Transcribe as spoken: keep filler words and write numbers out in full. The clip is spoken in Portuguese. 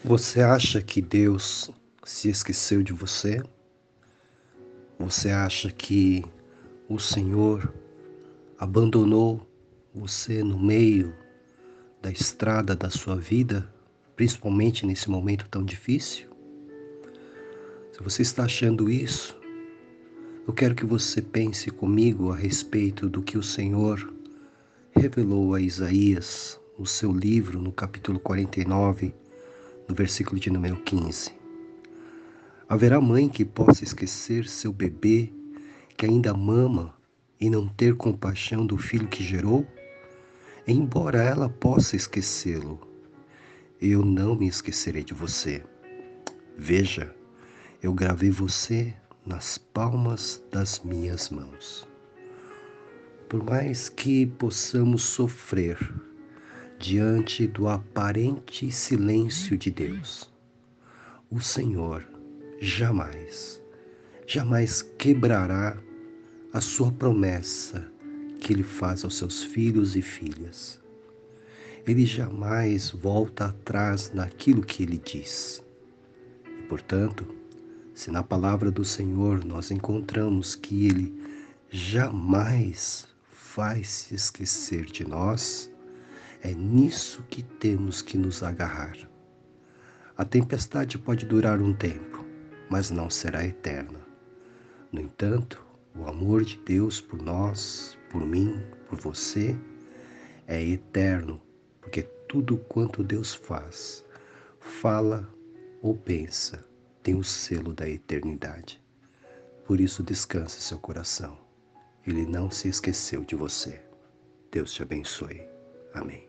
Você acha que Deus se esqueceu de você? Você acha que o Senhor abandonou você no meio da estrada da sua vida, principalmente nesse momento tão difícil? Se você está achando isso, eu quero que você pense comigo a respeito do que o Senhor revelou a Isaías no seu livro, no capítulo quarenta e nove, no versículo de número quinze. Haverá mãe que possa esquecer seu bebê que ainda mama e não ter compaixão do filho que gerou? Embora ela possa esquecê-lo, eu não me esquecerei de você. Veja, eu gravei você nas palmas das minhas mãos. Por mais que possamos sofrer diante do aparente silêncio de Deus, o Senhor jamais, jamais quebrará a sua promessa que Ele faz aos seus filhos e filhas. Ele jamais volta atrás naquilo que Ele diz. E, portanto, se na palavra do Senhor nós encontramos que Ele jamais vai se esquecer de nós, é nisso que temos que nos agarrar. A tempestade pode durar um tempo, mas não será eterna. No entanto, o amor de Deus por nós, por mim, por você, é eterno, porque tudo quanto Deus faz, fala ou pensa, tem o selo da eternidade. Por isso descanse seu coração. Ele não se esqueceu de você. Deus te abençoe. Amém.